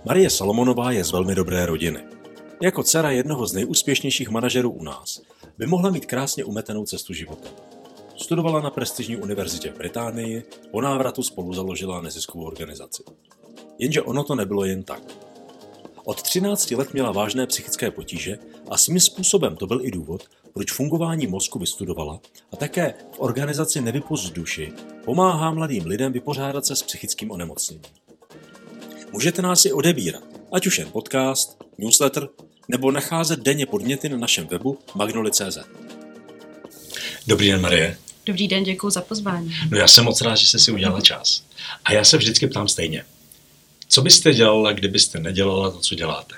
Marie Salomonová je z velmi dobré rodiny. Jako dcera jednoho z nejúspěšnějších manažerů u nás by mohla mít krásně umetenou cestu životem. Studovala na prestižní univerzitě v Británii, po návratu spolu založila neziskovou organizaci. Jenže ono to nebylo jen tak. Od 13 let měla vážné psychické potíže a svým způsobem to byl i důvod, proč fungování mozku vystudovala a také v organizaci Nevypusť duši pomáhá mladým lidem vypořádat se s psychickým onemocněním. Můžete nás i odebírat, ať už jen podcast, newsletter, nebo nacházet denně podněty na našem webu magnoli.cz. Dobrý den, Marie. Dobrý den, děkuji za pozvání. No já jsem moc rád, že jste si udělala čas. A já se vždycky ptám stejně. Co byste dělala, kdybyste nedělala to, co děláte?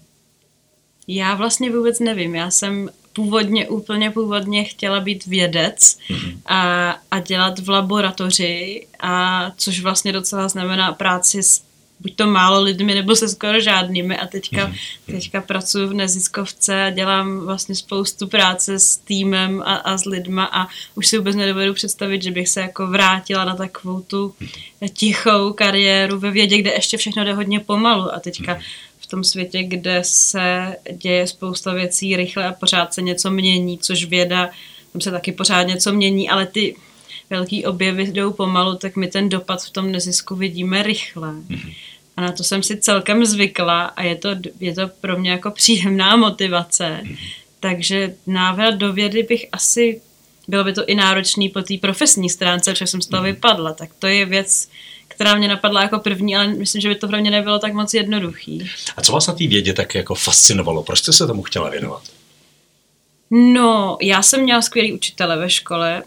Já vlastně vůbec nevím. Já jsem úplně původně chtěla být vědec a dělat v laboratoři, což vlastně docela znamená práci s buď to málo lidmi, nebo se skoro žádnými a teďka pracuji v neziskovce a dělám vlastně spoustu práce s týmem a s lidma a už si vůbec nedovedu představit, že bych se jako vrátila na takovou tu tichou kariéru ve vědě, kde ještě všechno jde hodně pomalu a teďka v tom světě, kde se děje spousta věcí rychle a pořád se něco mění, což věda, tam se taky pořád něco mění, ale ty velký objevy jdou pomalu, tak my ten dopad v tom nezisku vidíme rychle. A na to jsem si celkem zvykla a je to pro mě jako příjemná motivace. Takže návrat do vědy bych asi, bylo by to i náročný po té profesní stránce, protože jsem z toho vypadla. Tak to je věc, která mě napadla jako první, ale myslím, že by to pro mě nebylo tak moc jednoduchý. A co vás na té vědě tak jako fascinovalo? Proč jste se tomu chtěla věnovat? No, já jsem měla skvělý učitele ve škole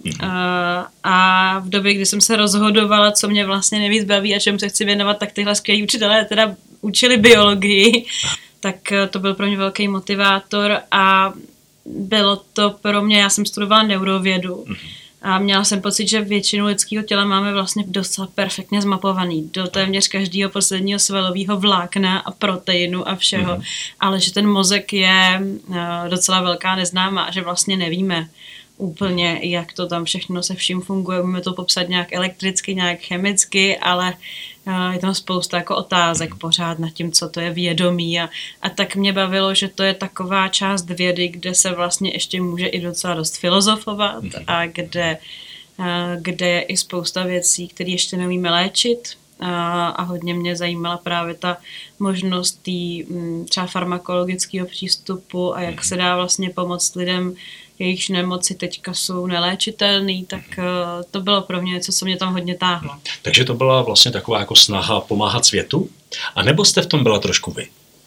a v době, kdy jsem se rozhodovala, co mě vlastně nejvíc baví a čemu se chci věnovat, tak tyhle skvělí učitelé teda učili biologii, tak to byl pro mě velký motivátor a bylo to pro mě, já jsem studovala neurovědu a měla jsem pocit, že většinu lidského těla máme vlastně docela perfektně zmapovaný do téměř každého posledního svalového vlákna a proteinu a všeho, ale že ten mozek je docela velká neznámá, že vlastně nevíme úplně, jak to tam všechno se vším funguje, můžeme to popsat nějak elektricky, nějak chemicky, ale je tam spousta jako otázek pořád nad tím, co to je vědomí a tak mě bavilo, že to je taková část vědy, kde se vlastně ještě může i docela dost filozofovat a kde je i spousta věcí, které ještě neumíme léčit a hodně mě zajímala právě ta možnost třeba farmakologického přístupu a jak se dá vlastně pomoct lidem, jejichž nemoci teďka jsou neléčitelný, tak to bylo pro mě něco, co mě tam hodně táhlo. Takže to byla vlastně taková jako snaha pomáhat světu? A nebo jste v tom byla trošku vy?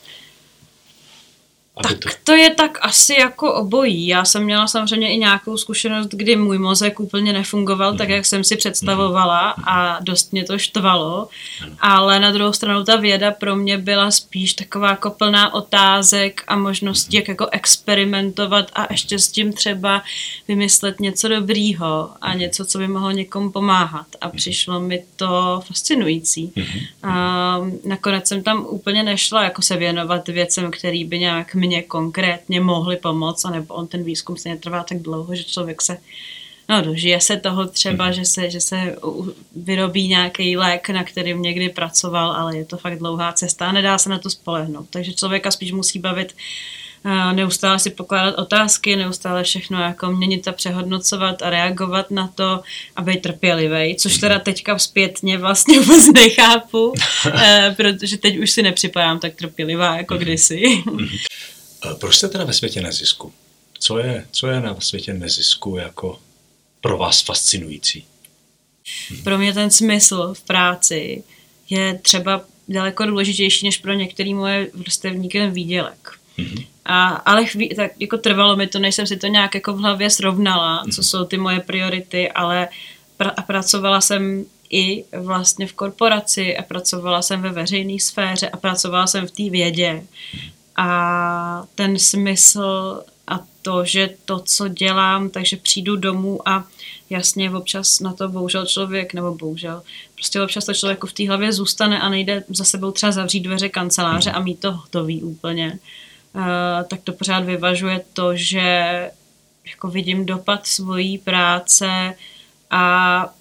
To je tak asi jako obojí. Já jsem měla samozřejmě i nějakou zkušenost, kdy můj mozek úplně nefungoval tak, jak jsem si představovala a dost mě to štvalo, ale na druhou stranu ta věda pro mě byla spíš taková jako plná otázek a možností, jak jako experimentovat a ještě s tím třeba vymyslet něco dobrýho a něco, co by mohlo někomu pomáhat. A přišlo mi to fascinující. A nakonec jsem tam úplně nešla jako se věnovat věcem, který by nějak mě konkrétně mohli pomoct, anebo on ten výzkum se netrvá tak dlouho, že člověk se dožije se toho třeba, že se vyrobí nějaký lék, na kterým někdy pracoval, ale je to fakt dlouhá cesta a nedá se na to spolehnout. Takže člověka spíš musí bavit neustále si pokládat otázky, neustále všechno jako měnit a přehodnocovat a reagovat na to a být trpělivej, což teda teďka zpětně vlastně vůbec nechápu, protože teď už si nepřipadám tak trpělivá jako kdysi. Proč jste teda ve světě nezisku? Co je na světě nezisku jako pro vás fascinující? Pro mě ten smysl v práci je třeba daleko důležitější než pro některý moje vrstevníky výdělek. Ale tak jako trvalo mi to, než jsem si to nějak jako v hlavě srovnala, co jsou ty moje priority, ale pracovala jsem i vlastně v korporaci a pracovala jsem ve veřejné sféře a pracovala jsem v té vědě. A ten smysl a to, že to, co dělám, takže přijdu domů a jasně občas na to prostě občas to člověku v té hlavě zůstane a nejde za sebou třeba zavřít dveře kanceláře a mít to hotový úplně. Tak to pořád vyvažuje to, že jako vidím dopad svojí práce a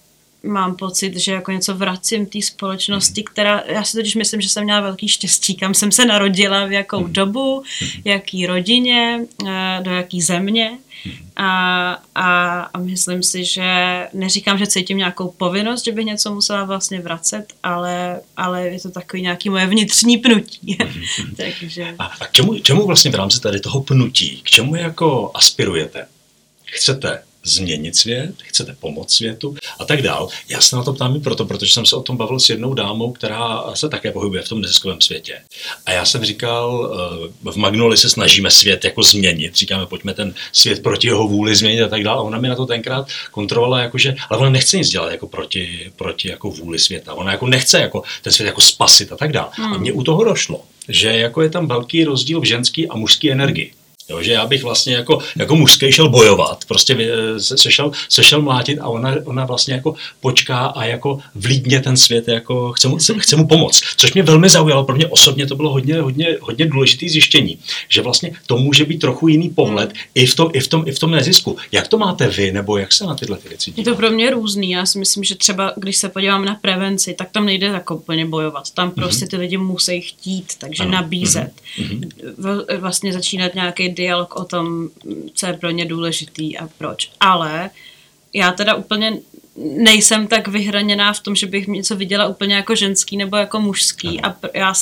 mám pocit, že jako něco vracím té společnosti, která, já si totiž myslím, že jsem měla velký štěstí, kam jsem se narodila, v jakou dobu, jaký rodině, do jaký země. A myslím si, že neříkám, že cítím nějakou povinnost, že bych něco musela vlastně vracet, ale je to takový nějaký moje vnitřní pnutí. Takže... A čemu vlastně v rámci tady toho pnutí, k čemu jako aspirujete? Chcete změnit svět, chcete pomoct světu a tak dál. Já se na to ptám i proto, protože jsem se o tom bavil s jednou dámou, která se také pohybuje v tom neziskovém světě. A já jsem říkal, v Magnoli se snažíme svět jako změnit, říkáme, pojďme ten svět proti jeho vůli změnit a tak dál. A ona mi na to tenkrát kontrolovala, jakože, ale ona nechce nic dělat jako proti jako vůli světa. Ona jako nechce jako ten svět jako spasit a tak dál. A mně u toho došlo, že jako je tam velký rozdíl v ženský a mužský energii. Jo, že já bych vlastně jako mužský šel bojovat, prostě se šel mlátit a ona vlastně jako počká a jako vlídně ten svět, jako chce mu pomoct. Což mě velmi zaujalo, pro mě osobně to bylo hodně důležité zjištění, že vlastně to může být trochu jiný pohled i v tom nezisku. Jak to máte vy, nebo jak se na tyhle věci díváte? Je to pro mě různý, já si myslím, že třeba když se podívám na prevenci, tak tam nejde jako úplně bojovat, tam prostě ty lidi musí chtít, takže nabízet. Vlastně začínat nějaký dialog o tom, co je pro ně důležitý a proč. Ale já teda úplně nejsem tak vyhraněná v tom, že bych něco viděla úplně jako ženský nebo jako mužský. A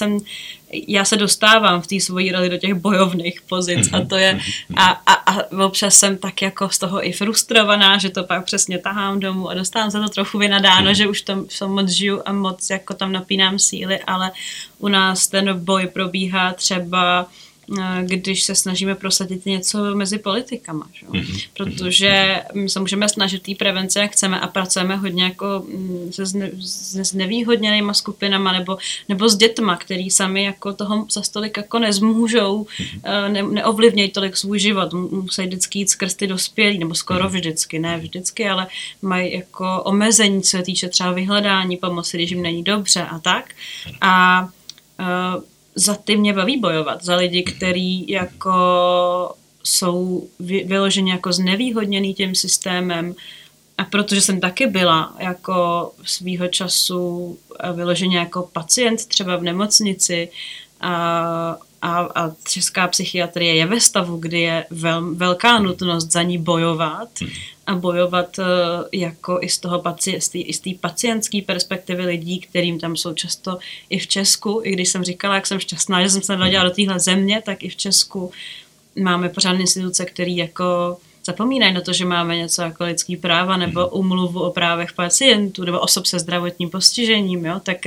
já se dostávám v té svojí roli do těch bojovných pozic a to je a občas jsem tak jako z toho i frustrovaná, že to pak přesně tahám domů a dostávám za to trochu vynadáno, že už tam moc žiju a moc jako tam napínám síly, ale u nás ten boj probíhá třeba když se snažíme prosadit něco mezi politikama. Že? Protože my se můžeme snažit té prevence, jak chceme a pracujeme hodně jako se znevýhodněnýma skupinama nebo s dětma, který sami jako toho za stolik jako nezmůžou, neovlivnějí tolik svůj život. Musí vždycky jít skrz ty dospělí, nebo skoro vždycky, ne vždycky, ale mají jako omezení, co se týče třeba vyhledání pomoci, když jim není dobře a tak. A za ty mě baví bojovat, za lidi, kteří jako jsou vyloženě jako znevýhodněný tím systémem a protože jsem taky byla jako svýho času vyloženě jako pacient třeba v nemocnici a česká psychiatrie je ve stavu, kdy je velká nutnost za ní bojovat a bojovat jako i z toho z té pacientské perspektivy lidí, kterým tam jsou často i v Česku, i když jsem říkala, jak jsem šťastná, že jsem se narodila do téhle země, tak i v Česku máme pořád instituce, které jako zapomínají na to, že máme něco jako lidský práva nebo úmluvu o právech pacientů nebo osob se zdravotním postižením, jo, tak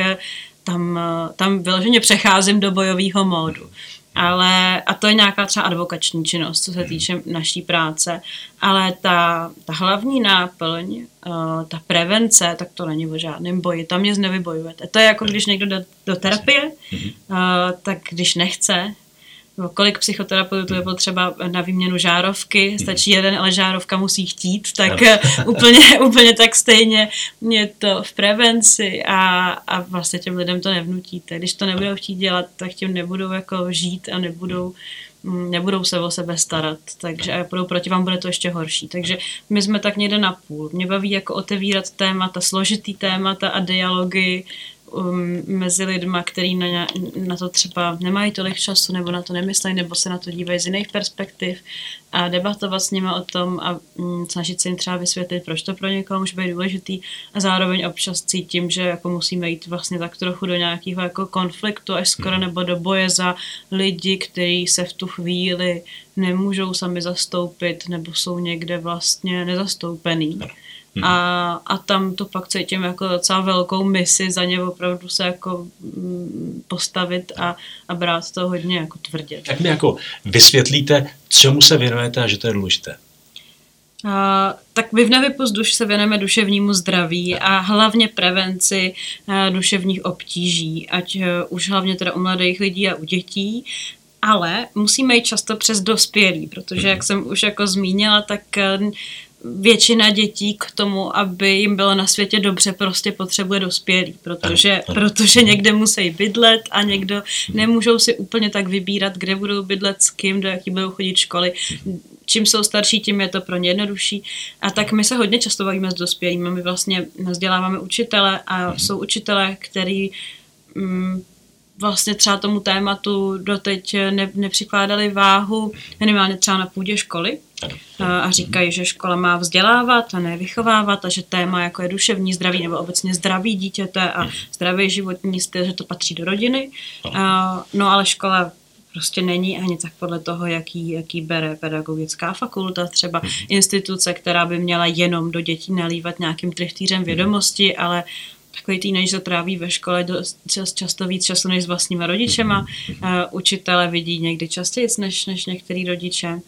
tam vyloženě přecházím do bojového módu. A to je nějaká třeba advokační činnost, co se týče naší práce, ale ta hlavní náplň, ta prevence, tak to není o žádném boji, tam nic nevybojujete. To je jako když někdo jde do terapie, tak když nechce, kolik psychoterapeutů je potřeba na výměnu žárovky, stačí jeden, ale žárovka musí chtít, tak úplně tak stejně je to v prevenci a vlastně těm lidem to nevnutíte. Když to nebudou chtít dělat, tak tím nebudou jako žít a nebudou se o sebe starat, takže a půjdou proti vám, bude to ještě horší. Takže my jsme tak někde na půl. Mě baví jako otevírat témata, složitý témata a dialogy mezi lidma, který na to třeba nemají tolik času, nebo na to nemyslejí, nebo se na to dívají z jiných perspektiv a debatovat s nimi o tom a snažit se jim třeba vysvětlit, proč to pro někoho může být důležitý a zároveň občas cítím, že jako musíme jít vlastně tak trochu do nějakého jako konfliktu až skoro nebo do boje za lidi, kteří se v tu chvíli nemůžou sami zastoupit nebo jsou někde vlastně nezastoupený. A tam to pak cítím jako docela velkou misi za ně opravdu se jako postavit a brát to hodně jako tvrdě. Tak mi jako vysvětlíte, čemu se věnujete a že to je důležité? Tak my v Nevypust duš se věnujeme duševnímu zdraví a hlavně prevenci duševních obtíží, ať už hlavně teda u mladých lidí a u dětí, ale musíme jít často přes dospělí, protože jak jsem už jako zmínila, tak většina dětí k tomu, aby jim bylo na světě dobře, prostě potřebuje dospělí, protože někde musí bydlet a někdo nemůžou si úplně tak vybírat, kde budou bydlet, s kým, do jaký budou chodit školy. čím jsou starší, tím je to pro ně jednodušší. A tak my se hodně často bavíme s dospělými. My vlastně vzděláváme učitele a jsou učitelé, který vlastně třeba tomu tématu doteď nepřikládali váhu, minimálně třeba na půdě školy a říkají, že škola má vzdělávat a ne vychovávat a že téma jako je duševní zdraví nebo obecně zdraví dítěte a zdravý životní styl, že to patří do rodiny. No ale škola prostě není ani tak podle toho, jaký bere pedagogická fakulta, třeba instituce, která by měla jenom do dětí nalívat nějakým trychtýřem vědomosti, ale takový teenager tráví ve škole často víc času než s vlastníma rodičema. Učitele vidí někdy častěji než některý rodiče.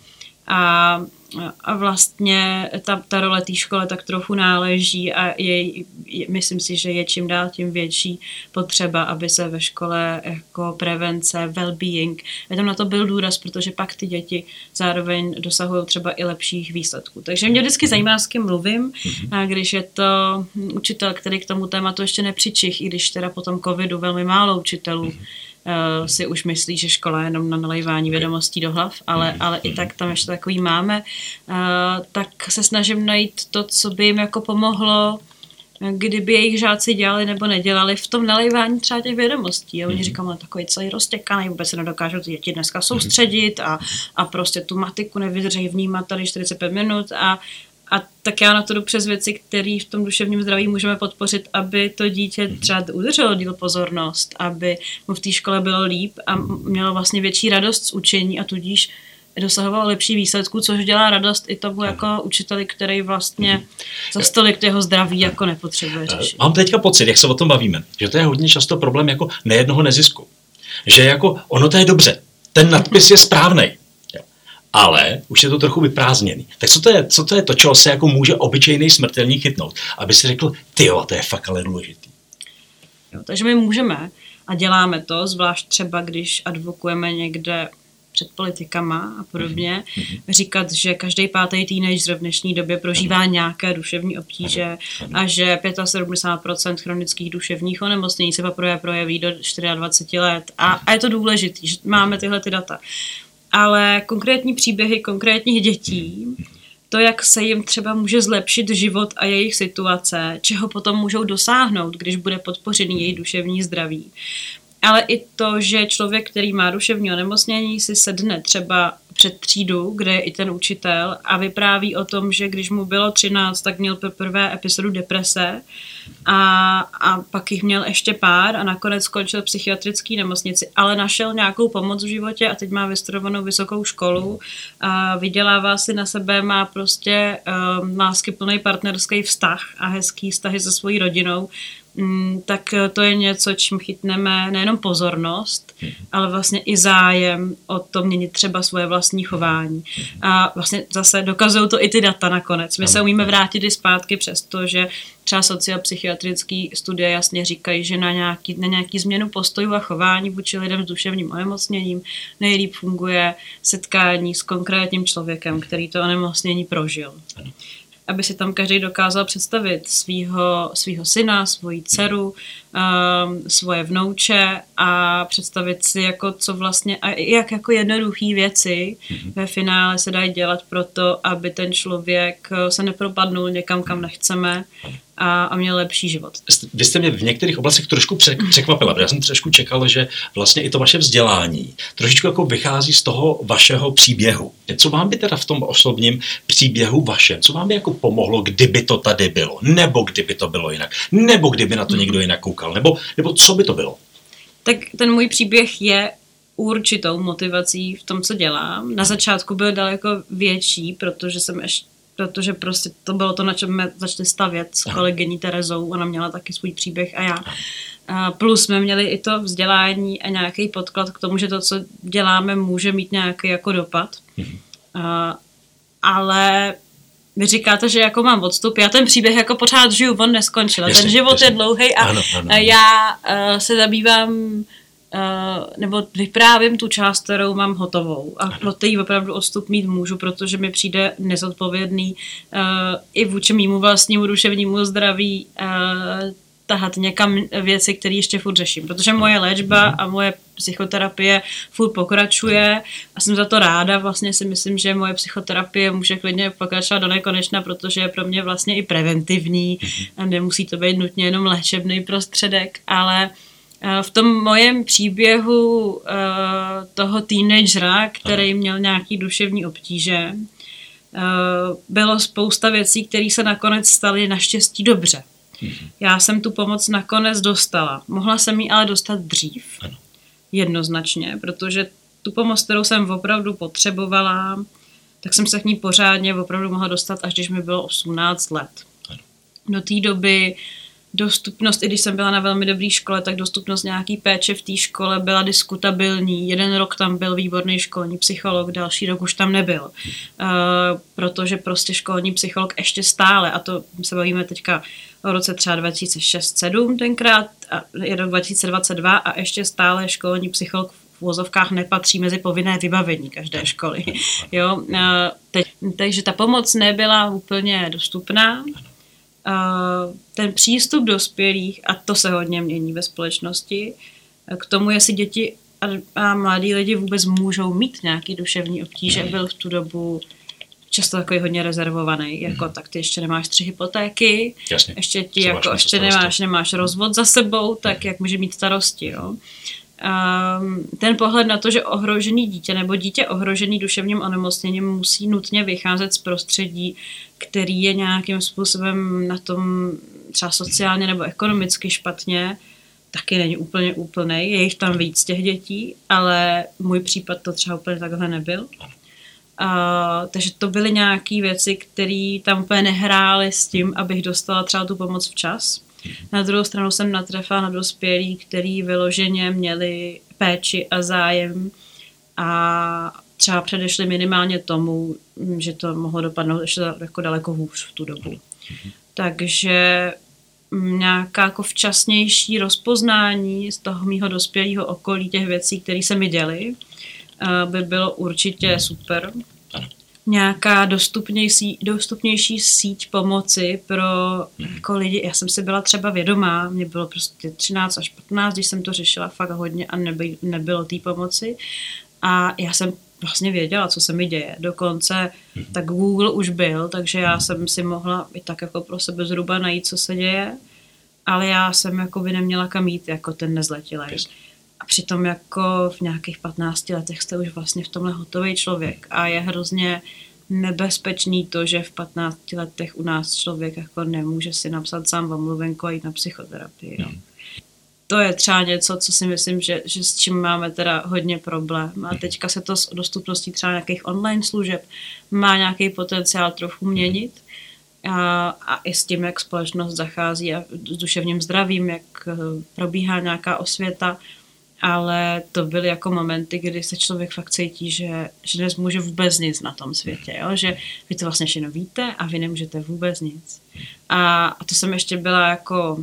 A vlastně ta role té školy tak trochu náleží a myslím si, že je čím dál tím větší potřeba, aby se ve škole jako prevence, well-being, tam na to byl důraz, protože pak ty děti zároveň dosahují třeba i lepších výsledků. Takže mě vždycky zajímá, s kým mluvím, a když je to učitel, který k tomu tématu ještě nepřičich, i když teda po tom covidu velmi málo učitelů si už myslí, že škola je jenom na nalejvání vědomostí do hlav, ale i tak tam ještě takový máme, tak se snažím najít to, co by jim jako pomohlo, kdyby jejich žáci dělali nebo nedělali v tom nalejvání třeba těch vědomostí. A oni říkají, no takový celý roztěkaný, vůbec se nedokážou ty děti dneska soustředit a prostě tu matiku nevydrží vnímat tady 45 minut a tak já na to jdu přes věci, které v tom duševním zdraví můžeme podpořit, aby to dítě třeba udrželo díl pozornost, aby mu v té škole bylo líp a mělo vlastně větší radost z učení a tudíž dosahoval lepší výsledků, což dělá radost i tomu jako učiteli, který vlastně za stolik jeho zdraví jako nepotřebuje řešit. Mám teďka pocit, jak se o tom bavíme, že to je hodně často problém jako nejednoho nezisku. Že jako ono to je dobře, ten nadpis je správnej, ale už je to trochu vyprázdněný. Tak co to je to, čeho se jako může obyčejný smrtelník chytnout, aby si řekl, tyjo, to je fakt ale důležitý. Jo, takže my můžeme a děláme to, zvlášť třeba, když advokujeme někde před politikama a podobně, říkat, že každý pátý teenager v dnešní době prožívá nějaké duševní obtíže a že 75% chronických duševních onemocnění se projeví do 24 let a je to důležité, že máme tyhle ty data. Ale konkrétní příběhy konkrétních dětí, to, jak se jim třeba může zlepšit život a jejich situace, čeho potom můžou dosáhnout, když bude podpořený jejich duševní zdraví. Ale i to, že člověk, který má duševní onemocnění, si sedne třeba před třídu, kde je i ten učitel a vypráví o tom, že když mu bylo 13, tak měl poprvé epizodu deprese a pak jich měl ještě pár a nakonec skončil v psychiatrické nemocnici, ale našel nějakou pomoc v životě a teď má vystudovanou vysokou školu a vydělává si na sebe, má prostě láskyplný partnerský vztah a hezký vztahy se svojí rodinou, tak to je něco, čím chytneme nejenom pozornost, ale vlastně i zájem o to měnit třeba svoje vlastní chování. A vlastně zase dokazují to i ty data nakonec. My se umíme vrátit i zpátky, přestože třeba sociopsychiatrické studie jasně říkají, že na nějaký změnu postojů a chování vůči lidem s duševním onemocněním nejlíp funguje setkání s konkrétním člověkem, který to onemocnění prožil. Aby si tam každý dokázal představit svýho syna, svoji dceru, svoje vnouče a představit si, jako co vlastně, a jak jako jednoduchý věci ve finále se dají dělat pro to, aby ten člověk se nepropadnul někam, kam nechceme a měl lepší život. Vy jste mě v některých oblastech trošku překvapila, protože já jsem trošku čekal, že vlastně i to vaše vzdělání trošičku jako vychází z toho vašeho příběhu. Co vám by teda v tom osobním příběhu vašem, co vám by jako pomohlo, kdyby to tady bylo, nebo kdyby to bylo jinak, nebo kdyby na to někdo jinak koukal, nebo co by to bylo? Tak ten můj příběh je určitou motivací v tom, co dělám. Na začátku byl daleko větší, protože prostě to bylo to, na čem jsme začali stavět s kolegyní Terezou. Ona měla taky svůj příběh a já. Plus jsme měli i to vzdělání a nějaký podklad k tomu, že to, co děláme, může mít nějaký jako dopad. Ale vy říkáte, že jako mám odstup. Já ten příběh jako pořád žiju, on neskončil. Ten život je dlouhý a já se zabývám nebo vyprávím tu část, kterou mám hotovou. A od té opravdu odstup mít můžu, protože mi přijde nezodpovědný i vůči mému vlastnímu duševnímu zdraví tahat někam věci, které ještě furt řeším, protože moje léčba a moje psychoterapie furt pokračuje a jsem za to ráda, vlastně si myslím, že moje psychoterapie může klidně pokračovat do nekonečna, protože je pro mě vlastně i preventivní a nemusí to být nutně jenom léčebný prostředek, ale v tom mojem příběhu toho teenagera, který měl nějaký duševní obtíže, bylo spousta věcí, které se nakonec staly naštěstí dobře. Já jsem tu pomoc nakonec dostala. Mohla jsem ji ale dostat dřív. Ano. Jednoznačně, protože tu pomoc, kterou jsem opravdu potřebovala, tak jsem se k ní pořádně opravdu mohla dostat, až když mi bylo 18 let. Ano. Do té doby dostupnost, i když jsem byla na velmi dobré škole, tak dostupnost nějaký péče v té škole byla diskutabilní. Jeden rok tam byl výborný školní psycholog, další rok už tam nebyl. Protože prostě školní psycholog ještě stále, a to se bavíme teďka o roce třeba 2006-2007 tenkrát, a je rok 2022 a ještě stále školní psycholog v uvozovkách nepatří mezi povinné vybavení každé školy. Jo? Takže ta pomoc nebyla úplně dostupná. Ten přístup dospělých, a to se hodně mění ve společnosti, k tomu, jestli děti a mladí lidi vůbec můžou mít nějaký duševní obtíže, byl v tu dobu často takový hodně rezervovaný, jako tak ty ještě nemáš 3 hypotéky, Jasně. ještě nemáš rozvod za sebou, tak jak může mít starosti, jo. Ten pohled na to, že ohrožený dítě nebo dítě ohrožený duševním onemocněním musí nutně vycházet z prostředí, který je nějakým způsobem na tom třeba sociálně nebo ekonomicky špatně, taky není úplně úplnej. Je jich tam víc těch dětí, ale můj případ to třeba úplně takhle nebyl. Takže to byly nějaké věci, které tam úplně nehrály s tím, abych dostala třeba tu pomoc včas. Na druhou stranu jsem natrefila na dospělí, který vyloženě měli péči a zájem a třeba předešli minimálně tomu, že to mohlo dopadnout ještě jako daleko hůř v tu dobu. Takže nějaká jako včasnější rozpoznání z toho mýho dospělého okolí těch věcí, které se mi děly, by bylo určitě super. Nějaká dostupnější síť pomoci pro jako lidi. Já jsem si byla třeba vědomá, mě bylo prostě 13 až 15, když jsem to řešila fakt hodně a nebylo té pomoci. A já jsem vlastně věděla, co se mi děje. Dokonce tak Google už byl, takže já jsem si mohla i tak jako pro sebe zhruba najít, co se děje, ale já jsem jako by neměla kam jít jako ten nezletilej. A přitom jako v nějakých 15 letech jste už vlastně v tomhle hotový člověk a je hrozně nebezpečný to, že v 15 letech u nás člověk jako nemůže si napsat sám omluvenku a jít na psychoterapii. No. To je třeba něco, co si myslím, že s čím máme teda hodně problém. A teďka se to s dostupností třeba nějakých online služeb má nějaký potenciál trochu měnit. A i s tím, jak společnost zachází a s duševním zdravím, jak probíhá nějaká osvěta. Ale to byly jako momenty, kdy se člověk fakt cítí, že nezmůže vůbec nic na tom světě, jo? Že vy to vlastně všechno víte a vy nemůžete vůbec nic. A to jsem ještě byla jako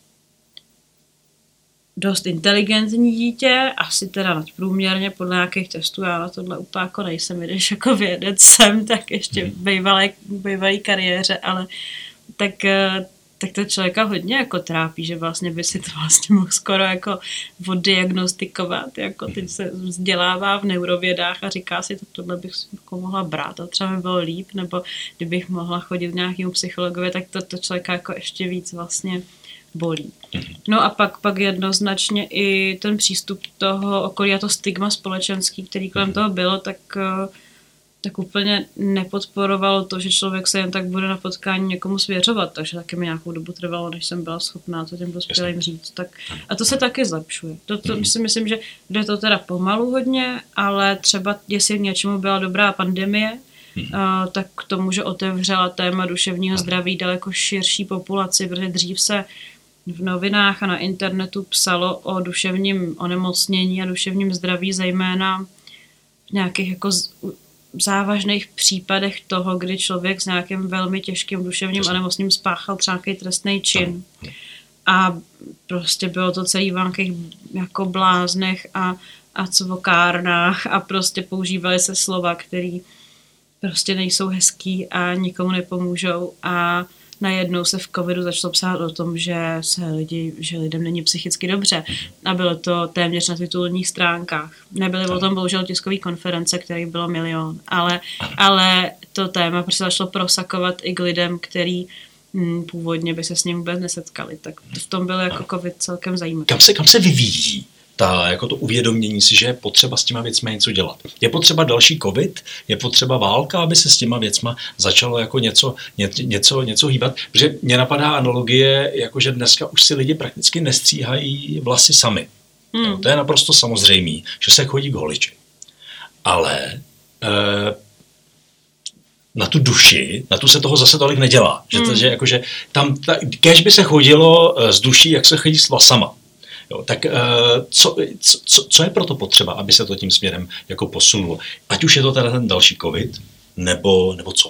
dost inteligentní dítě, asi teda nadprůměrně podle nějakých testů, já na tohle úplně jako nejsem, když jako vědec jsem, tak ještě bývalý kariéře, ale tak to člověka hodně jako trápí, že vlastně by si to vlastně mohl skoro jako oddiagnostikovat, jako teď se vzdělává v neurovědách a říká si, tohle bych si jako mohla brát a třeba mi bylo líp, nebo kdybych mohla chodit k nějakému psychologovi, tak to člověka jako ještě víc vlastně bolí. No a pak jednoznačně i ten přístup toho okolí a to stigma společenský, který kolem toho bylo, tak úplně nepodporovalo to, že člověk se jen tak bude na potkání někomu svěřovat, takže taky mi nějakou dobu trvalo, než jsem byla schopná to těm dospělým říct. A to se taky zlepšuje. To si myslím, že jde to teda pomalu hodně, ale třeba jestli v něčemu byla dobrá pandemie, tak to může otevřela téma duševního zdraví daleko širší populaci, protože dřív se v novinách a na internetu psalo o duševním onemocnění a duševním zdraví, zejména v nějakých jako závažných případech toho, kdy člověk s nějakým velmi těžkým duševním onemocněním spáchal třeba nějaký trestný čin. A prostě bylo to celý v nějakých jako bláznech a cvokárnách a prostě používaly se slova, které prostě nejsou hezký a nikomu nepomůžou a najednou se v covidu začalo psát o tom, že lidem není psychicky dobře. A bylo to téměř na titulních stránkách. Nebyly o tom bohužel tiskové konference, kterých bylo milion, ale to téma prostě začalo prosakovat i k lidem, který původně by se s ním vůbec nesetkali. Tak v tom byl jako covid celkem zajímavý. Kam se vyvíjí jako to uvědomění si, že je potřeba s těma věcmi něco dělat? Je potřeba další covid? Je potřeba válka, aby se s těma věcma začalo jako něco hýbat? Protože mě napadá analogie, jako že dneska už si lidi prakticky nestříhají vlasy sami. To je naprosto samozřejmé, že se chodí k holiči. Ale na tu duši, na tu se toho zase tolik nedělá. Že jakože tam, kéž by se chodilo z duší, jak se chodí s vlasama. Jo, tak co je proto potřeba, aby se to tím směrem jako posunulo? Ať už je to teda ten další covid, nebo co?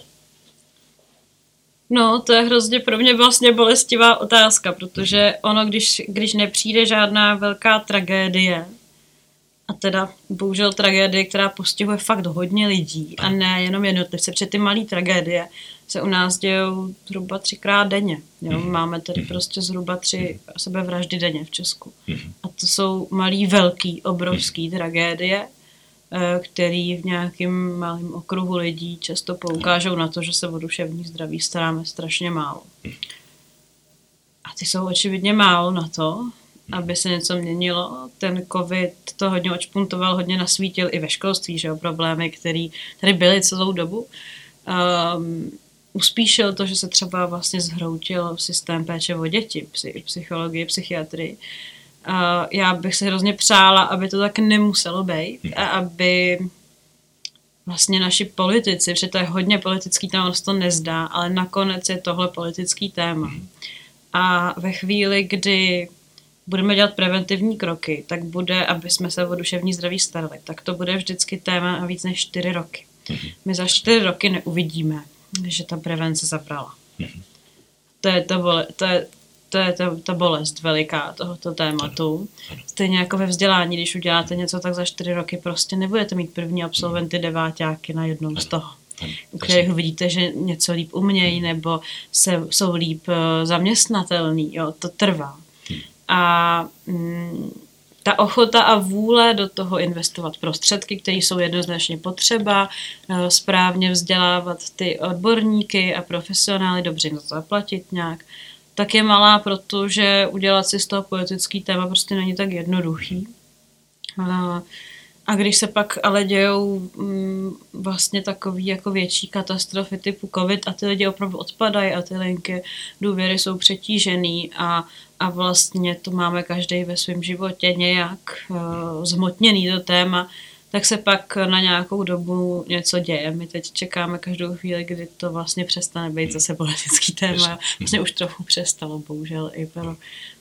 No, to je hrozně pro mě vlastně bolestivá otázka, protože ono, když nepřijde žádná velká tragédie, a teda bohužel tragédie, která postihuje fakt hodně lidí a ne jenom jednotlivce, protože ty malé tragédie se u nás dějou zhruba 3krát denně. Jo? Máme tady prostě zhruba 3 sebevraždy denně v Česku. A to jsou malý, velký, obrovský tragédie, který v nějakém malém okruhu lidí často poukážou na to, že se o duševní zdraví staráme strašně málo. A ty jsou očividně málo na to, aby se něco měnilo. Ten covid to hodně odšpuntoval, hodně nasvítil i ve školství, že jo, problémy, které tady byly celou dobu. Uspíšil to, že se třeba vlastně zhroutil systém péče o děti, psychologii, psychiatrii. Já bych se hrozně přála, aby to tak nemuselo být a aby vlastně naši politici, protože to je hodně politický téma, to nezdá, ale nakonec je tohle politický téma. A ve chvíli, kdy budeme dělat preventivní kroky, tak bude, aby jsme se o duševní zdraví starali, tak to bude vždycky téma na víc než 4 roky. My za 4 roky neuvidíme, že ta prevence zabrala. To je ta bolest veliká tohoto tématu. Stejně jako ve vzdělání, když uděláte něco, tak za 4 roky prostě nebudete mít první absolventy deváťáky na jednom z toho, u kterých vidíte, že něco líp umějí nebo jsou líp zaměstnatelný. Jo, to trvá. A ta ochota a vůle do toho investovat prostředky, které jsou jednoznačně potřeba, správně vzdělávat ty odborníky a profesionály, dobře to zaplatit nějak, tak je malá, protože udělat si z toho politický téma prostě není tak jednoduchý. A když se pak ale dějou vlastně takový jako větší katastrofy typu covid a ty lidi opravdu odpadají a ty linky důvěry jsou přetížený a vlastně to máme každý ve svém životě nějak zhmotněný to téma, tak se pak na nějakou dobu něco děje. My teď čekáme každou chvíli, kdy to vlastně přestane být zase politický téma. Vlastně už trochu přestalo, bohužel i pro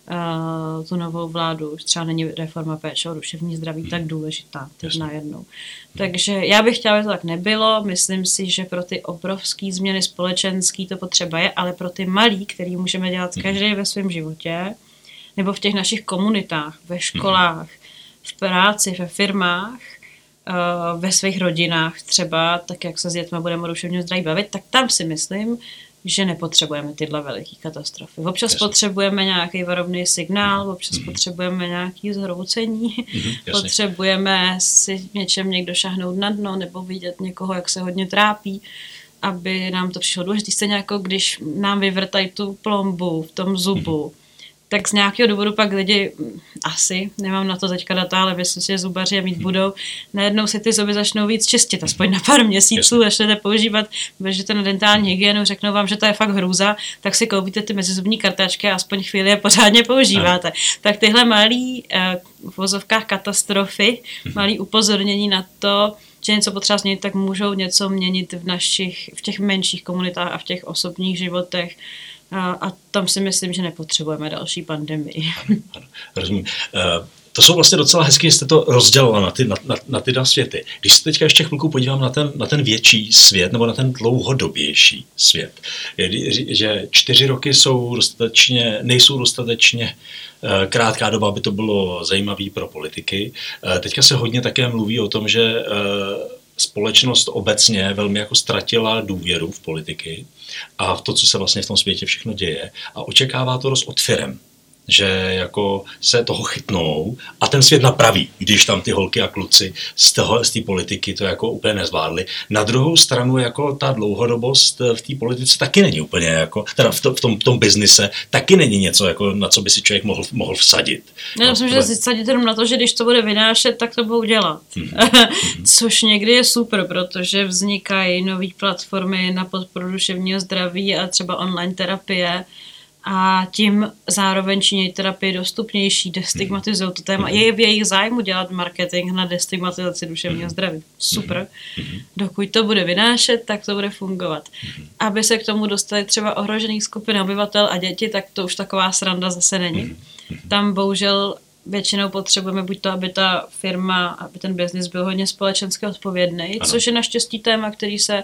tu novou vládu. Už třeba není reforma péče o duševní zdraví tak důležitá teď najednou. Takže já bych chtěla, aby to tak nebylo. Myslím si, že pro ty obrovské změny společenský to potřeba je, ale pro ty malý, který můžeme dělat každý ve svém životě, nebo v těch našich komunitách, ve školách, v práci, ve firmách, ve svých rodinách třeba, tak jak se s dětmi budeme o duševním zdraví bavit, tak tam si myslím, že nepotřebujeme tyhle veliké katastrofy. Občas potřebujeme nějaký varovný signál, občas potřebujeme nějaké zhroucení, potřebujeme si něčem někdo šahnout na dno nebo vidět někoho, jak se hodně trápí, aby nám to přišlo důležité. Stejně jako když nám vyvrtají tu plombu v tom zubu, tak z nějakého důvodu pak lidi, asi, nemám na to teďka data, ale myslím si, že zubaři je mít budou, najednou si ty zuby začnou víc čistit, aspoň na pár měsíců, začnete používat, běžete na dentální hygienu, řeknou vám, že to je fakt hrůza, tak si koupíte ty mezizubní kartáčky a aspoň chvíli je pořádně používáte. Tak tyhle malý v vozovkách katastrofy, malý upozornění na to, že něco potřeba změnit, tak můžou něco měnit v těch menších komunitách a v těch osobních životech. A tam si myslím, že nepotřebujeme další pandemii. Rozumím. To jsou vlastně docela hezky, jste to rozdělila na ty dva světy. Když se teďka ještě chvilku podívám na ten větší svět, nebo na ten dlouhodobější svět, že 4 roky nejsou dostatečně krátká doba, aby to bylo zajímavé pro politiky. Teďka se hodně také mluví o tom, že společnost obecně velmi jako ztratila důvěru v politiky a v to, co se vlastně v tom světě všechno děje a očekává to dost od firem, že jako se toho chytnou a ten svět napraví, když tam ty holky a kluci z té politiky to jako úplně nezvládli. Na druhou stranu jako ta dlouhodobost v té politice taky není úplně jako, teda v tom biznise taky není něco, jako, na co by si člověk mohl vsadit. Já myslím, že si vsadit jenom na to, že když to bude vynášet, tak to budou dělat. Což někdy je super, protože vznikají nové platformy na podporu duševního zdraví a třeba online terapie, a tím zároveň činí terapii dostupnější, destigmatizují to téma. Je v jejich zájmu dělat marketing na destigmatizaci duševního zdraví. Super. Dokud to bude vynášet, tak to bude fungovat. Aby se k tomu dostali třeba ohrožených skupin obyvatel a děti, tak to už taková sranda zase není. Tam bohužel většinou potřebujeme buď to, aby ta firma, aby ten biznis byl hodně společensky odpovědný, což je naštěstí téma, který se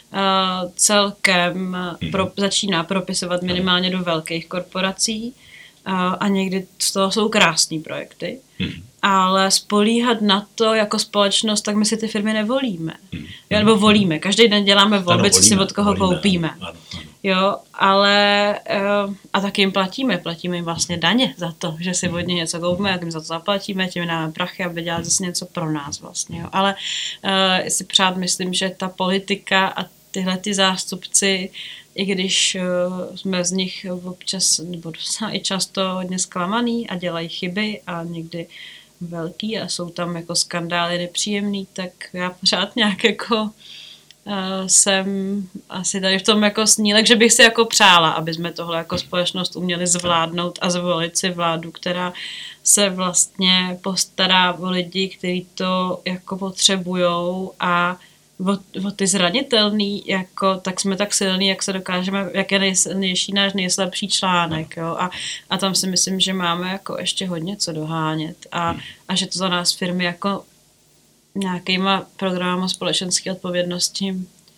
celkem začíná propisovat minimálně do velkých korporací a někdy z toho jsou krásný projekty. Ale spolíhat na to jako společnost, tak my si ty firmy nevolíme. Nebo volíme. Každý den děláme volby, co si od koho koupíme. Ano. Jo, ale a taky jim platíme jim vlastně daně za to, že si od ně něco koupíme, jak jim za to zaplatíme, tím dáme prachy, aby dělali zase něco pro nás vlastně. Jo. Ale si přát myslím, že ta politika a tyhle ty zástupci, i když jsme z nich občas, nebo i často hodně zklamaný a dělají chyby a někdy velký a jsou tam jako skandály nepříjemný, tak já pořád nějak jako jsem asi tady v tom jako snílek, že bych si jako přála, aby jsme tohle jako společnost uměli zvládnout a zvolit si vládu, která se vlastně postará o lidi, kteří to jako potřebujou a o ty zranitelný, jako, tak jsme tak silný, jak se dokážeme, jak je nejsilnější náš nejslabší článek. Jo? A tam si myslím, že máme jako ještě hodně co dohánět a že to za nás firmy jako nějakýma programama společenské odpovědnosti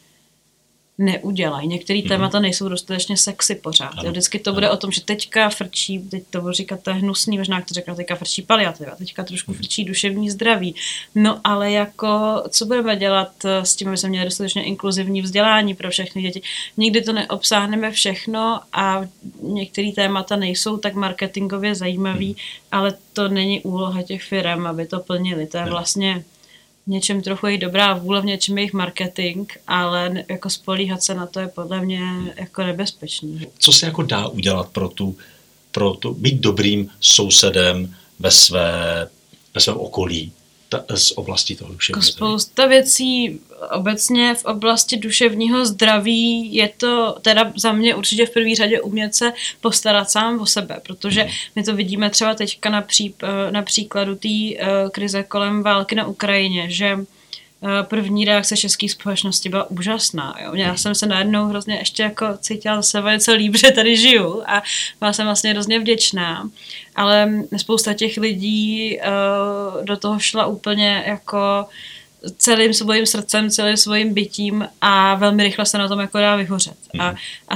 neudělají. Některé témata nejsou dostatečně sexy pořád. Ano. Vždycky to bude o tom, že teďka frčí, teď to budu říkat, to je hnusný, možná to řeknu, teďka frčí paliativa, teďka trošku frčí duševní zdraví. No ale jako, co budeme dělat s tím, aby jsme měli dostatečně inkluzivní vzdělání pro všechny děti? Nikdy to neobsáhneme všechno a některé témata nejsou tak marketingově zajímavý, ale to není úloha těch firem, aby to plnili. To je vlastně něčem trochu jejich dobrá vůle, v něčem jejich marketing, ale jako spolíhat se na to je podle mě jako nebezpečný. Co se jako dá udělat pro to být dobrým sousedem ve svém okolí z oblasti toho duševního zdraví? Spousta věcí obecně v oblasti duševního zdraví je to teda za mě určitě v první řadě umět se postarat sám o sebe, protože my to vidíme třeba teďka na příkladu té krize kolem války na Ukrajině, že první reakce české společnosti byla úžasná. Jo. Já jsem se najednou hrozně ještě jako cítila za sebe něco líp, že tady žiju a byla jsem vlastně hrozně vděčná. Ale spousta těch lidí do toho šla úplně jako celým svým srdcem, celým svým bytím a velmi rychle se na tom jako dá vyhořet. A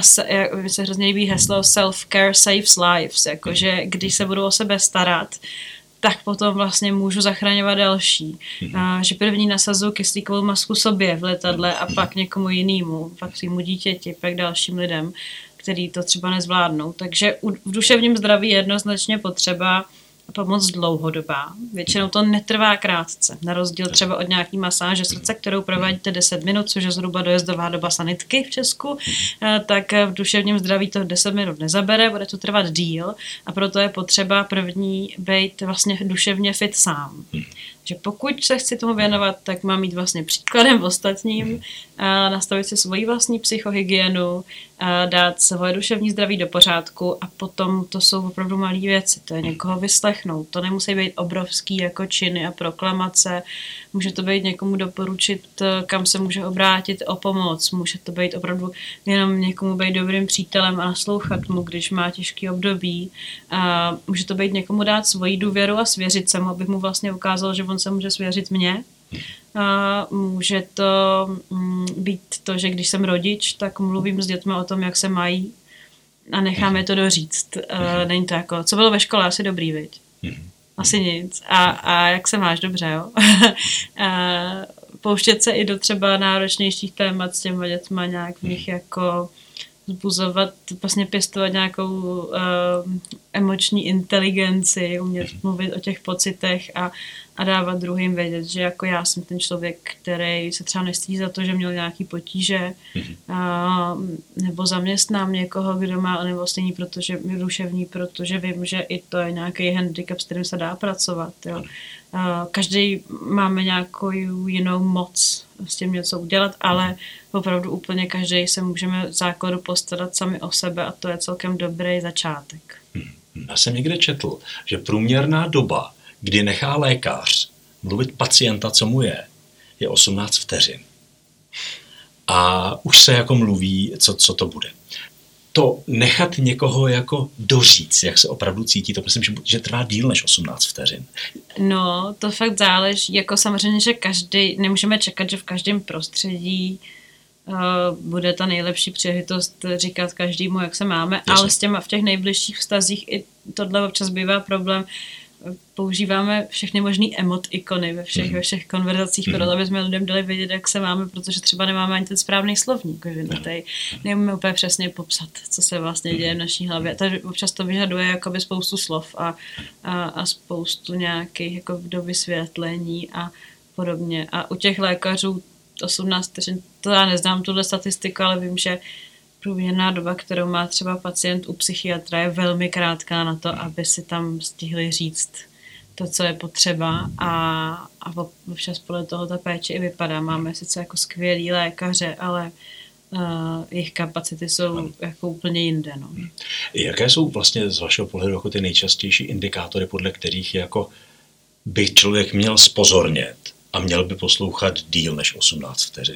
mi se hrozně líbí heslo self-care saves lives, jakože když se budu o sebe starat, tak potom vlastně můžu zachraňovat další. Že první nasazuju kyslíkovou masku sobě v letadle a pak někomu jinému, pak svýmu dítěti, pak dalším lidem, který to třeba nezvládnou. Takže v duševním zdraví je jednoznačně potřeba pomoc dlouhodobá. Většinou to netrvá krátce. Na rozdíl třeba od nějaký masáže srdce, kterou provádíte 10 minut, což je zhruba dojezdová doba sanitky v Česku, tak v duševním zdraví to 10 minut nezabere, bude to trvat díl a proto je potřeba první být vlastně duševně fit sám. Že pokud se chci tomu věnovat, tak mám mít vlastně příkladem ostatním, nastavit si svoji vlastní psychohygienu, dát svoje duševní zdraví do pořádku a potom to jsou opravdu malé věci. To je někoho vyslechnout. To nemusí být obrovský jako činy a proklamace. Může to být někomu doporučit, kam se může obrátit o pomoc. Může to být opravdu jenom někomu být dobrým přítelem a naslouchat mu, když má těžký období. Může to být někomu dát svoji důvěru a svěřit se mu, abych mu vlastně ukázal, že on se může svěřit mně. Může to být to, že když jsem rodič, tak mluvím s dětmi o tom, jak se mají a nechám je to doříct. Není to jako, co bylo ve škole, asi dobrý, viď? Asi nic. A jak se máš, dobře, jo? pouštět se i do třeba náročnějších témat s těma dětma, nějak v nich jako vzbuzovat, vlastně pěstovat nějakou emoční inteligenci, umět mluvit o těch pocitech a dávat druhým vědět, že jako já jsem ten člověk, který se třeba nestydí za to, že měl nějaký potíže, nebo zaměstnám někoho, kdo má onemocnění, protože je duševní, protože vím, že i to je nějaký handicap, s kterým se dá pracovat. Jo. Každý máme nějakou jinou moc s tím něco udělat, ale opravdu úplně každý se můžeme v základu postarat sami o sebe a to je celkem dobrý začátek. Já jsem někde četl, že průměrná doba, kdy nechá lékař mluvit pacienta, co mu je 18 vteřin. A už se jako mluví, co to bude. To nechat někoho jako doříct, jak se opravdu cítí, to myslím, že trvá díl než 18 vteřin. No, to fakt záleží. Jako samozřejmě, že nemůžeme čekat, že v každém prostředí bude ta nejlepší příležitost říkat každému, jak se máme, jasně. Ale v těch nejbližších vztazích i tohle občas bývá problém. Používáme všechny možné emot-ikony ve všech konverzacích, proto aby jsme lidem dali vědět, jak se máme, protože třeba nemáme ani ten správný slovník, že tady nemůžeme úplně přesně popsat, co se vlastně děje v naší hlavě. Takže občas to vyžaduje jakoby spoustu slov a spoustu nějakých jako do vysvětlení a podobně. A u těch lékařů 18 vteřin, to já neznám tuhle statistiku, ale vím, že průměrná doba, kterou má třeba pacient u psychiatra, je velmi krátká na to, aby si tam stihli říct to, co je potřeba a občas podle toho ta péče i vypadá. Máme sice jako skvělý lékaře, ale jejich kapacity jsou jako úplně jinde. No. Jaké jsou vlastně z vašeho pohledu jako ty nejčastější indikátory, podle kterých jako by člověk měl zpozornět a měl by poslouchat díl než 18 vteřin?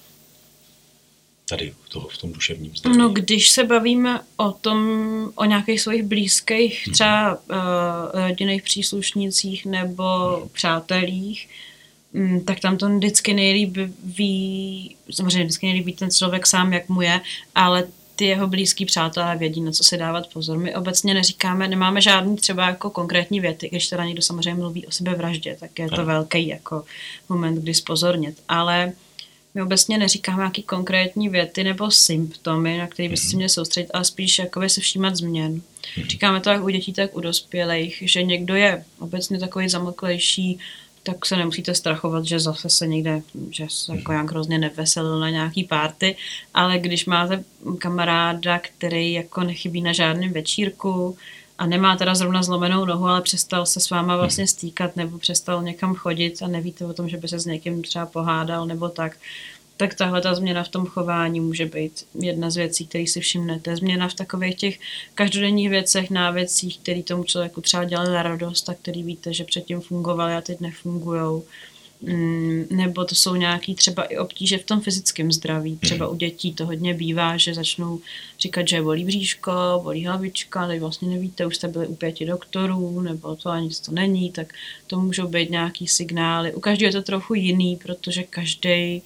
Tady v tom duševním zdraví. No, když se bavíme o nějakých svých blízkých, třeba rodinných příslušnících nebo přátelích, tak tam to vždycky nejlíp ví, samozřejmě vždycky nejlíp ví ten člověk sám, jak mu je, ale ty jeho blízký přátelé vědí, na co si dávat pozor. My obecně neříkáme, nemáme žádný třeba jako konkrétní věty, když teda někdo samozřejmě mluví o sebevraždě, tak je to velký jako moment, kdy zpozornit, ale my obecně neříkáme nějaký konkrétní věty nebo symptomy, na které by se měli soustředit, ale spíš jakoby se všímat změn. Říkáme to jak u dětí, tak u dospělých, že někdo je obecně takový zamlklejší, tak se nemusíte strachovat, že zase se někde, že se jako nějak hrozně neveselil na nějaký party, ale když máte kamaráda, který jako nechybí na žádném večírku a nemá teda zrovna zlomenou nohu, ale přestal se s váma vlastně stýkat nebo přestal někam chodit a nevíte o tom, že by se s někým třeba pohádal nebo tak tahle ta změna v tom chování může být jedna z věcí, které si všimnete. Změna v takových těch každodenních věcech, návěcích, které tomu člověku třeba dělali radost a který víte, že předtím fungovaly a teď nefungujou. Nebo to jsou nějaký třeba i obtíže v tom fyzickém zdraví. Třeba u dětí to hodně bývá, že začnou říkat, že bolí bříško, bolí hlavička, teď vlastně nevíte, už jste byli u 5 doktorů, nebo to ani nic to není, tak to můžou být nějaký signály. U každého je to trochu jiný, protože každý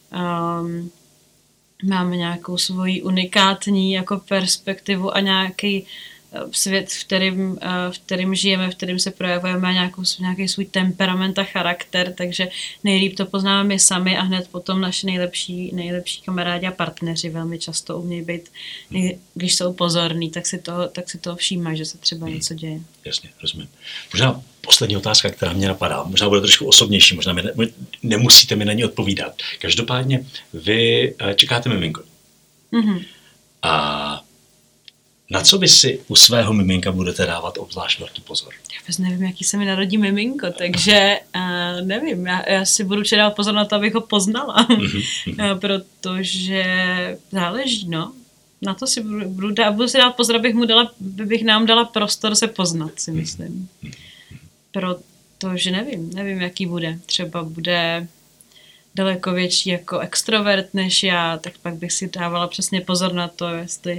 máme nějakou svoji unikátní jako perspektivu a nějaký svět, v kterým žijeme, v kterým se projevujeme nějaký svůj temperament a charakter, takže nejlíp to poznáme my sami a hned potom naši nejlepší kamarádi a partneři velmi často umějí být, když jsou pozorní, tak si toho všímají, že se třeba něco děje. Jasně, rozumím. Možná poslední otázka, která mě napadá, možná bude trošku osobnější, možná nemusíte mi na ní odpovídat. Každopádně vy čekáte miminko. A na co vy si u svého miminka budete dávat obzvlášť velký pozor? Já vůbec nevím, jaký se mi narodí miminko, takže nevím. Já si budu dávat pozor na to, abych ho poznala, protože záleží, no. Na to si budu si dát pozor, abych nám dala prostor se poznat, si myslím. Protože nevím, jaký bude. Třeba bude daleko větší jako extrovert než já, tak pak bych si dávala přesně pozor na to,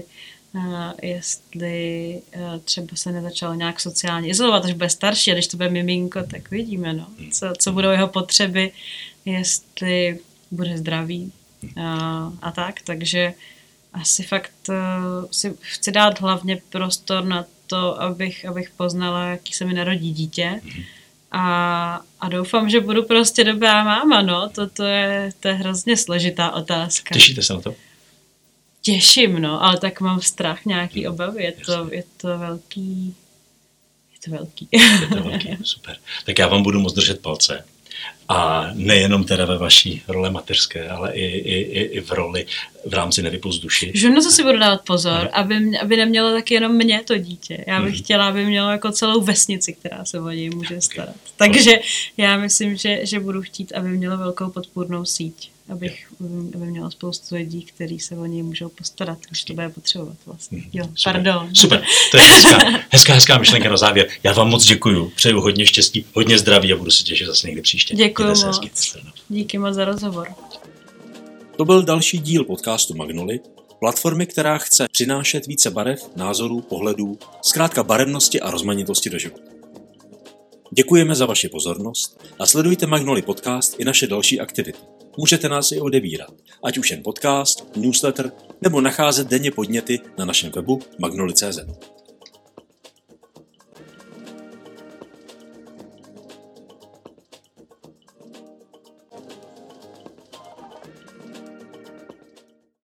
jestli třeba se nezačalo nějak sociálně izolovat, až bude starší, a když to bude miminko, tak vidíme, no, co budou jeho potřeby, jestli bude zdravý a tak, takže asi fakt si chci dát hlavně prostor na to, abych poznala, jaký se mi narodí dítě A doufám, že budu prostě dobrá máma, no. To je hrozně složitá otázka. Těšíte se na to? Těším, no, ale tak mám strach, nějaký obavy. Je to velký. Je to velký, super. Tak já vám budu moc držet palce. A nejenom teda ve vaší roli mateřské, ale i v roli v rámci Nevypust duši. Že na to si budu dávat pozor, aby nemělo taky jenom mě to dítě. Já bych chtěla, aby mělo jako celou vesnici, která se o něj může starat. Takže já myslím, že budu chtít, aby mělo velkou podpůrnou síť. Aby mělo spoustu lidí, kteří se o něj můžou postarat, když to bude potřebovat vlastně. Jo, super. Pardon. Super, to je hezká myšlenka na závěr. Já vám moc děkuju, přeju hodně štěstí, hodně zdraví a budu se těšit zase někdy příště. Děkuju moc. Díky moc za rozhovor. To byl další díl podcastu Magnoly, platformy, která chce přinášet více barev, názorů, pohledů, zkrátka barevnosti a rozmanitosti do života. Děkujeme za vaši pozornost a sledujte Magnoly podcast i naše další aktivity. Můžete nás i odebírat, ať už jen podcast, newsletter, nebo nacházet denně podněty na našem webu magnoly.cz.